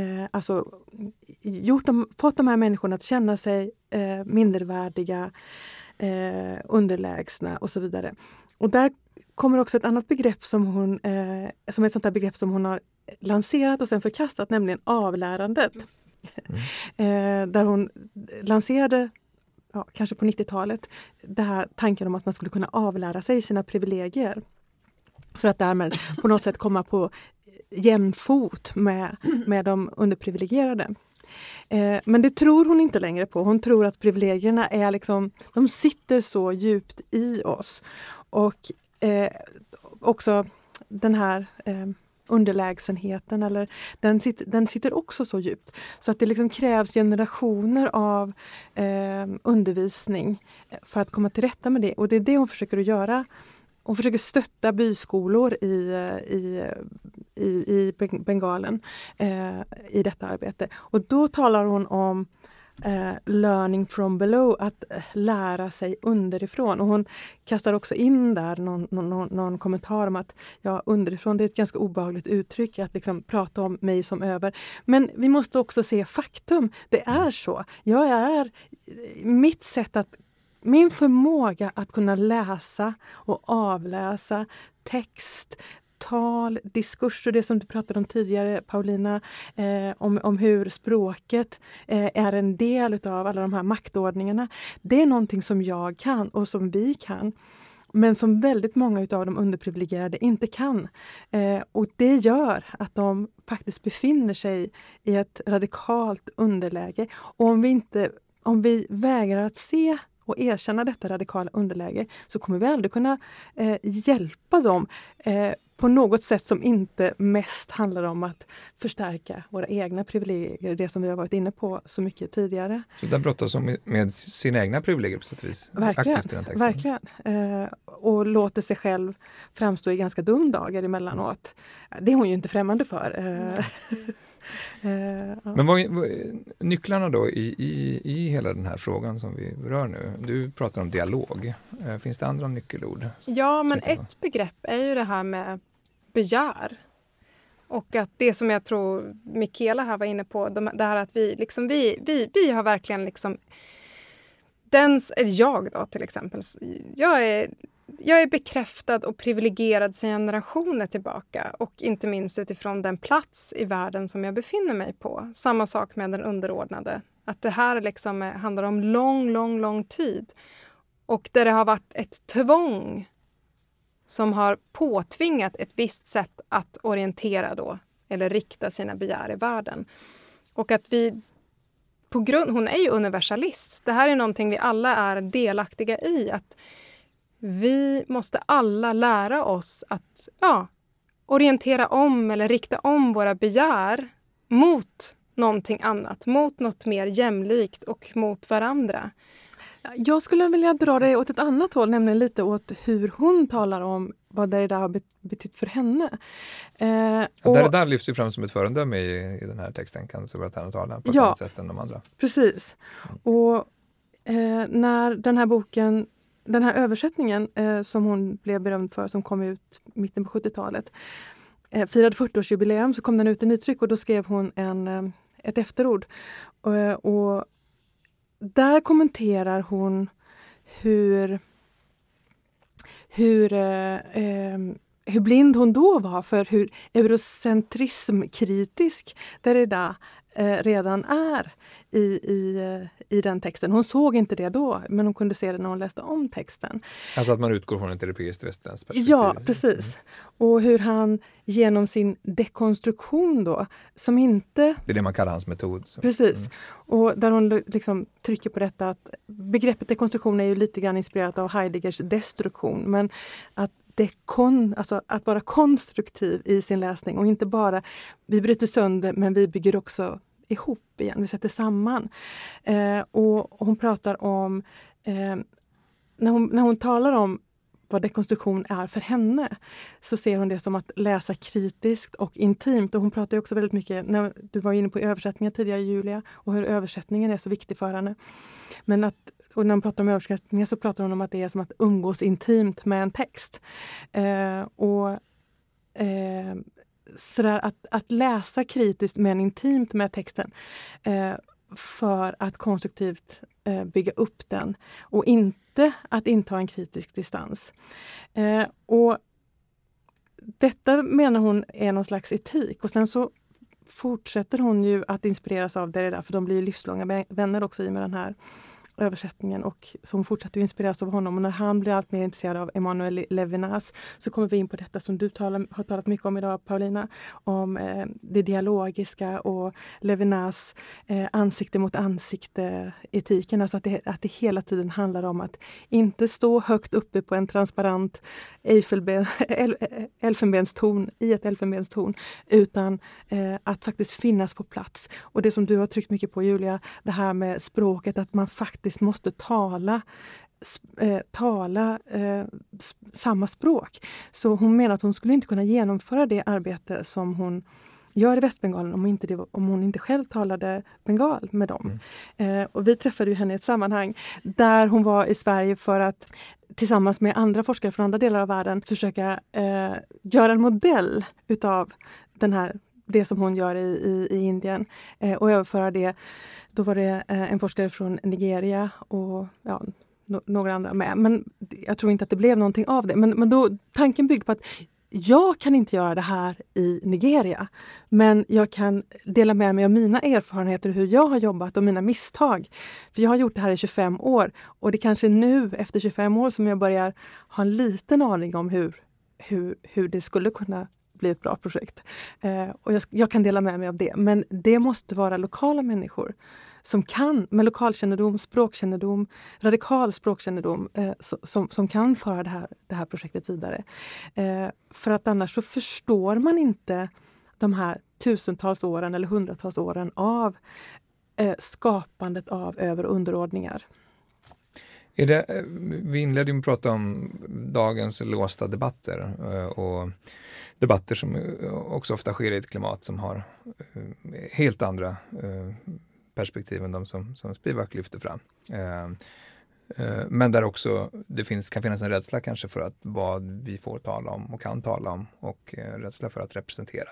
Fått de här människorna att känna sig mindervärdiga, underlägsna och så vidare. Och där kommer också ett annat begrepp som ett sånt där begrepp som hon har lanserat och sen förkastat, nämligen avlärandet. Där hon lanserade, kanske på 90-talet, det här tanken om att man skulle kunna avlära sig sina privilegier. För att därmed på något sätt komma på jämn fot med de underprivilegierade. Men det tror hon inte längre på. Hon tror att privilegierna är liksom, de sitter så djupt i oss. Och också den här underlägsenheten, eller den sitter också så djupt. Så att det liksom krävs generationer av undervisning för att komma till rätta med det. Och det är det hon försöker att göra. Hon försöker stötta byskolor i Bengalen i detta arbete. Och då talar hon om learning from below, att lära sig underifrån. Och hon kastar också in där någon kommentar om att underifrån, det är ett ganska obehagligt uttryck att liksom prata om mig som över. Men vi måste också se faktum. Det är så. Min förmåga att kunna läsa och avläsa text, tal, diskurser, det som du pratade om tidigare, Paulina, om hur språket är en del av alla de här maktordningarna. Det är någonting som jag kan och som vi kan, men som väldigt många av de underprivilegierade inte kan. Och det gör att de faktiskt befinner sig i ett radikalt underläge. Och om vi vägrar att se och erkänna detta radikala underläge, så kommer vi aldrig kunna hjälpa dem på något sätt som inte mest handlar om att förstärka våra egna privilegier, det som vi har varit inne på så mycket tidigare. Så den brottas med sina egna privilegier på sätt och vis? Verkligen, aktivt i den texten. verkligen. Och låter sig själv framstå i ganska dum dagar emellanåt. Det är hon ju inte främmande för. Men vad nycklarna då i hela den här frågan som vi rör nu? Du pratar om dialog. Finns det andra nyckelord? Ja, men ett begrepp är ju det här med begär. Och att det som jag tror Michaela här var inne på, det här att vi har verkligen liksom, jag då till exempel, jag är bekräftad och privilegierad sedan generationer tillbaka, och inte minst utifrån den plats i världen som jag befinner mig på. Samma sak med den underordnade. Att det här liksom handlar om lång tid. Och där det har varit ett tvång som har påtvingat ett visst sätt att orientera då, eller rikta sina begär i världen. Och att vi hon är ju universalist. Det här är någonting vi alla är delaktiga i. Att vi måste alla lära oss att orientera om eller rikta om våra begär mot någonting annat. Mot något mer jämlikt och mot varandra. Jag skulle vilja dra det åt ett annat håll, nämligen lite åt hur hon talar om vad det där har betytt för henne. Det där lyfts ju fram som ett föredöme i den här texten, kan Subrata tala på ett annat sätt än de andra. Precis. Och när den här översättningen som hon blev berömd för, som kom ut mitten på 70-talet, firade 40-årsjubileum, så kom den ut i nytryck och då skrev hon ett efterord. Och där kommenterar hon hur blind hon då var för hur eurocentrismkritisk Derrida redan är i den texten. Hon såg inte det då, men hon kunde se det när hon läste om texten. Alltså att man utgår från ett europeiskt västerländskt perspektiv. Ja, precis. Och hur han genom sin dekonstruktion då, som inte... Det är det man kallar hans metod. Så. Precis. Och där hon liksom trycker på detta att begreppet dekonstruktion är ju lite grann inspirerat av Heideggers destruktion, men att alltså att vara konstruktiv i sin läsning och inte bara, vi bryter sönder men vi bygger också ihop igen, vi sätter samman. Och hon pratar om, när hon talar om vad dekonstruktion är för henne, så ser hon det som att läsa kritiskt och intimt. Och hon pratar också väldigt mycket, när du var inne på översättningar tidigare, Julia, och hur översättningen är så viktig för henne. Och när hon pratar om översättningar så pratar hon om att det är som att umgås intimt med en text. Sådär att läsa kritiskt men intimt med texten för att konstruktivt bygga upp den och inte att inta en kritisk distans. Och detta menar hon är någon slags etik, och sen så fortsätter hon ju att inspireras av det, för de blir ju livslånga vänner också i med den här översättningen, och som fortsätter inspireras av honom. Och när han blir allt mer intresserad av Emmanuel Levinas, så kommer vi in på detta som du har talat mycket om idag, Paulina, om det dialogiska och Levinas ansikte mot ansikte etiken. Alltså att det hela tiden handlar om att inte stå högt uppe på en transparent elfenbenstorn i ett elfenbenstorn, utan att faktiskt finnas på plats. Och det som du har tryckt mycket på, Julia, det här med språket, att man faktiskt måste tala samma språk. Så hon menar att hon skulle inte kunna genomföra det arbete som hon gör i Västbengalen om hon inte själv talade bengal med dem. Och vi träffade ju henne i ett sammanhang där hon var i Sverige för att tillsammans med andra forskare från andra delar av världen försöka göra en modell utav det som hon gör i Indien och överföra det. Då var det en forskare från Nigeria och några andra med. Men jag tror inte att det blev någonting av det. Men då tanken byggde på att jag kan inte göra det här i Nigeria. Men jag kan dela med mig av mina erfarenheter, hur jag har jobbat och mina misstag. För jag har gjort det här i 25 år. Och det kanske är nu efter 25 år som jag börjar ha en liten aning om hur det skulle kunna bli ett bra projekt. Och jag kan dela med mig av det. Men det måste vara lokala människor som kan, med lokalkännedom, språkkännedom, radikal språkkännedom, som kan föra det här projektet vidare. För att annars så förstår man inte de här tusentals åren eller hundratals åren av skapandet av över- och underordningar. Vi inledde med att prata om dagens låsta debatter och debatter som också ofta sker i ett klimat som har helt andra perspektiv än de som Spivak lyfter fram. Men där också kan finnas en rädsla kanske för att vad vi får tala om och kan tala om, och rädsla för att representera.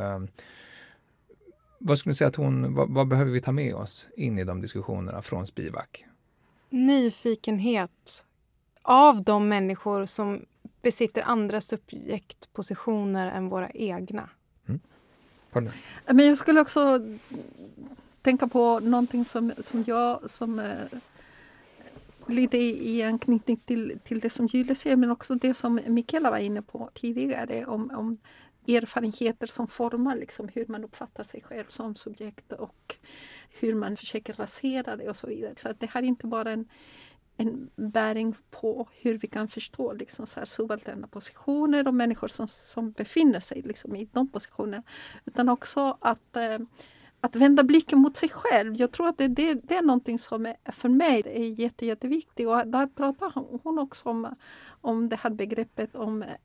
Vad skulle du säga vad behöver vi ta med oss in i de diskussionerna från Spivak? Nyfikenhet av de människor som besitter andra subjektpositioner än våra egna. Men jag skulle också tänka på någonting som lite i anknytning till det som Julia säger, men också det som Michaela var inne på tidigare om erfarenheter som formar liksom hur man uppfattar sig själv som subjekt och hur man försöker rasera det och så vidare. Så att det här är inte bara en bäring på hur vi kan förstå liksom så här subalterna positioner och människor som befinner sig liksom i de positionerna, utan också att vända blicken mot sig själv. Jag tror att det är någonting som för mig är jätteviktigt. Och där pratar hon också om det här begreppet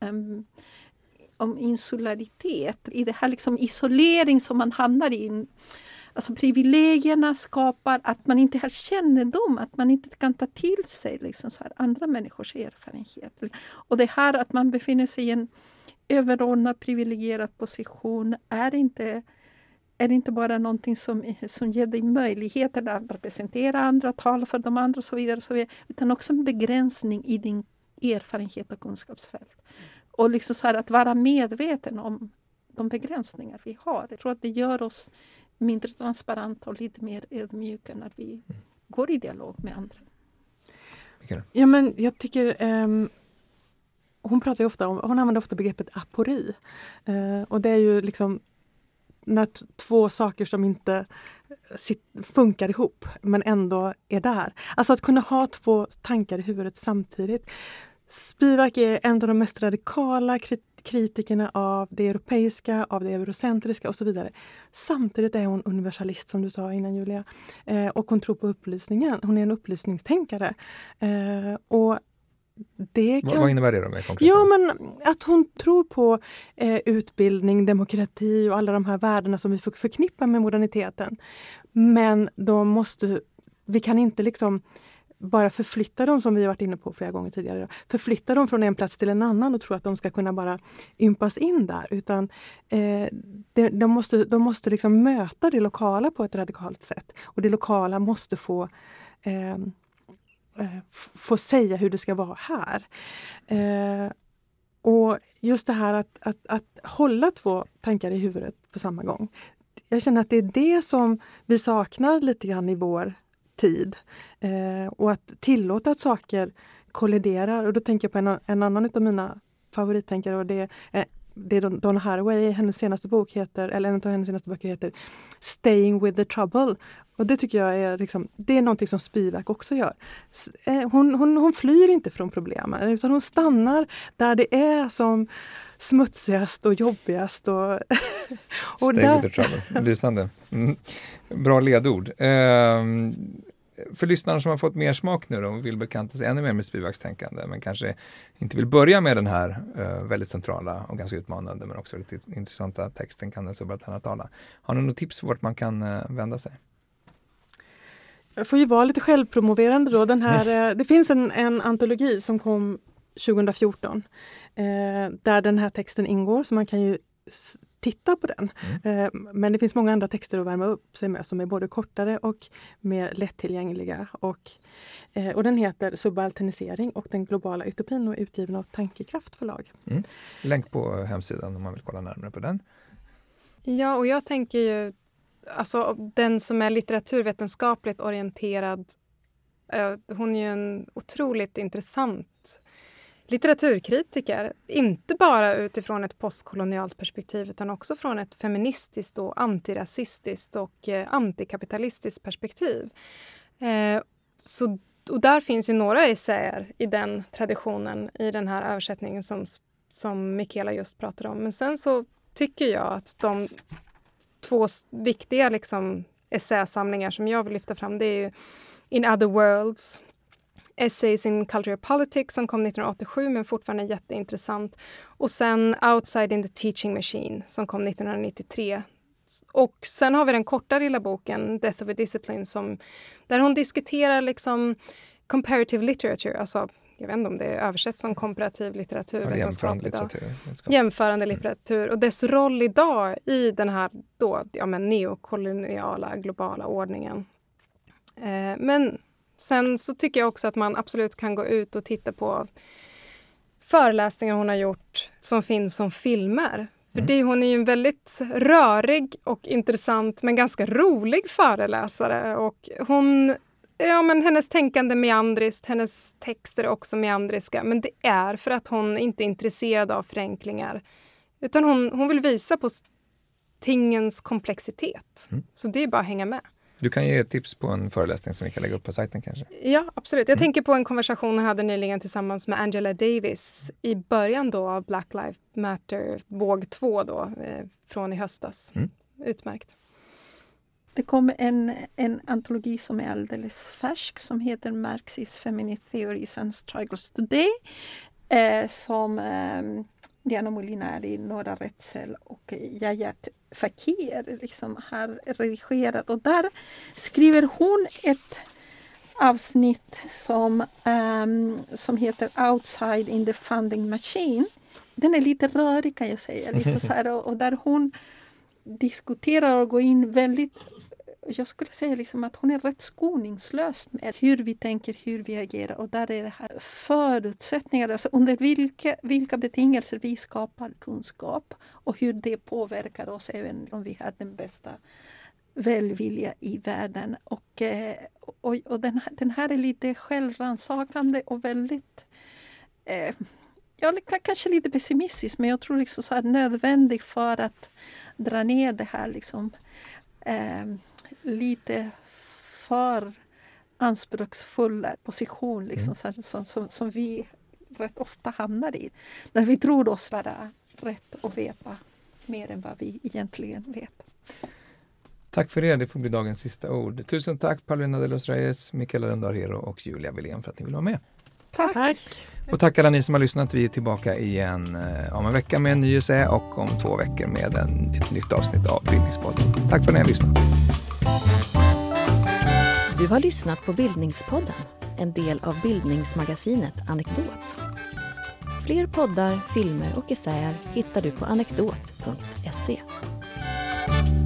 om insularitet. I det här liksom isolering som man hamnar i. Alltså privilegierna skapar att man inte har kännedom, att man inte kan ta till sig liksom så här andra människors erfarenheter. Och det här att man befinner sig i en överordnad privilegierad position är inte bara någonting som ger dig möjligheter att representera andra, tala för de andra och så vidare, utan också en begränsning i din erfarenhet och kunskapsfält. Och liksom så här att vara medveten om de begränsningar vi har. Jag tror att det gör oss mindre transparenta och lite mer ödmjuka när vi går i dialog med andra. Ja, men jag tycker hon använder ofta begreppet apori. Och det är ju liksom när två saker som inte funkar ihop men ändå är där. Alltså att kunna ha två tankar i huvudet samtidigt. Spivak är en av de mest radikala kritikerna av det europeiska, av det eurocentriska och så vidare. Samtidigt är hon universalist som du sa innan, Julia. Och hon tror på upplysningen. Hon är en upplysningstänkare. Och vad innebär det då med konkret? Ja, men att hon tror på utbildning, demokrati och alla de här värdena som vi förknippar med moderniteten. Men vi kan inte liksom bara förflytta dem, som vi har varit inne på flera gånger tidigare. Förflytta dem från en plats till en annan och tro att de ska kunna bara ympas in där. Utan de måste liksom möta det lokala på ett radikalt sätt. Och det lokala måste få säga hur det ska vara här. Och just det här att hålla två tankar i huvudet på samma gång. Jag känner att det är det som vi saknar lite grann i vår tid. Och att tillåta att saker kolliderar. Och då tänker jag på en annan av mina favorittänkare, och det är Donna Haraway. Hennes senaste bok heter, eller en av hennes senaste böcker heter Staying with the Trouble. Och det tycker jag är liksom, det är någonting som Spivak också gör. Hon flyr inte från problemen, utan hon stannar där det är som smutsigast och jobbigast. Och Stay with the trouble. Lysande. Bra ledord. För lyssnarna som har fått mer smak nu och vill bekanta sig ännu mer med Spivaks tänkande, men kanske inte vill börja med den här väldigt centrala och ganska utmanande men också lite intressanta texten Kan den subalterna tala. Har ni något tips vart man kan vända sig? Jag får ju vara lite självpromoverande då. Det finns en antologi som kom 2014 där den här texten ingår, så man kan ju titta på den. Men det finns många andra texter att värma upp sig med som är både kortare och mer lättillgängliga. Och den heter Subalternisering och den globala utopin och är utgiven av Tankekraft förlag. Länk på hemsidan om man vill kolla närmare på den. Ja, och jag tänker ju alltså den som är litteraturvetenskapligt orienterad, hon är ju en otroligt intressant litteraturkritiker. Inte bara utifrån ett postkolonialt perspektiv utan också från ett feministiskt och antirasistiskt och antikapitalistiskt perspektiv. Och där finns ju några essäer i den traditionen, i den här översättningen som Michaela just pratade om. Men sen så tycker jag att de två viktiga liksom essäsamlingar som jag vill lyfta fram, det är ju In Other Worlds, Essays in Culture Politics som kom 1987 men fortfarande jätteintressant. Och sen Outside in the Teaching Machine som kom 1993. Och sen har vi den korta lilla boken Death of a Discipline där hon diskuterar liksom comparative literature, alltså jag vet inte om det är översatt som komparativ litteratur. Jämförande litteratur och dess roll idag i den här neokoloniala globala ordningen. Men sen så tycker jag också att man absolut kan gå ut och titta på föreläsningar hon har gjort som finns som filmer. För hon är ju en väldigt rörig och intressant men ganska rolig föreläsare. Och hon Ja, men hennes tänkande meandriskt, hennes texter är också meandriska. Men det är för att hon inte är intresserad av förenklingar. Utan hon vill visa på tingens komplexitet. Så det är bara att hänga med. Du kan ge tips på en föreläsning som vi kan lägga upp på sajten kanske? Ja, absolut. Jag tänker på en konversation hon hade nyligen tillsammans med Angela Davis i början då av Black Lives Matter, våg 2 då, från i höstas. Utmärkt. Det kom en antologi som är alldeles färsk som heter Marxist Feminist Theories and Struggles Today som Diana Molinari, Nora Rätzel och Jayat Fakir liksom har redigerat. Och där skriver hon ett avsnitt som heter Outside in the Funding Machine. Den är lite rörig kan jag säga. Liksom så här, och där hon diskuterar och går in väldigt... Jag skulle säga liksom att hon är rätt skoningslös med hur vi tänker, hur vi agerar. Och där är det här förutsättningar, alltså under vilka betingelser vi skapar kunskap. Och hur det påverkar oss även om vi har den bästa välvilja i världen. Och den här är lite självransakande och väldigt... kanske lite pessimistisk, men jag tror liksom så här nödvändig för att dra ner det här liksom... lite för anspråksfulla position liksom, som vi rätt ofta hamnar i. När vi tror oss vara rätt och veta mer än vad vi egentligen vet. Tack för det får bli dagens sista ord. Tusen tack Paulina de los Reyes, Michaela Rundar-Hero och Julia Wilén för att ni vill vara med. Tack! Och tack alla ni som har lyssnat. Vi är tillbaka igen om en vecka med en ny essä och om 2 veckor med ett nytt avsnitt av Bildningspodden. Tack för att ni har lyssnat. Du har lyssnat på Bildningspodden, en del av bildningsmagasinet Anekdot. Fler poddar, filmer och essäer hittar du på anekdot.se.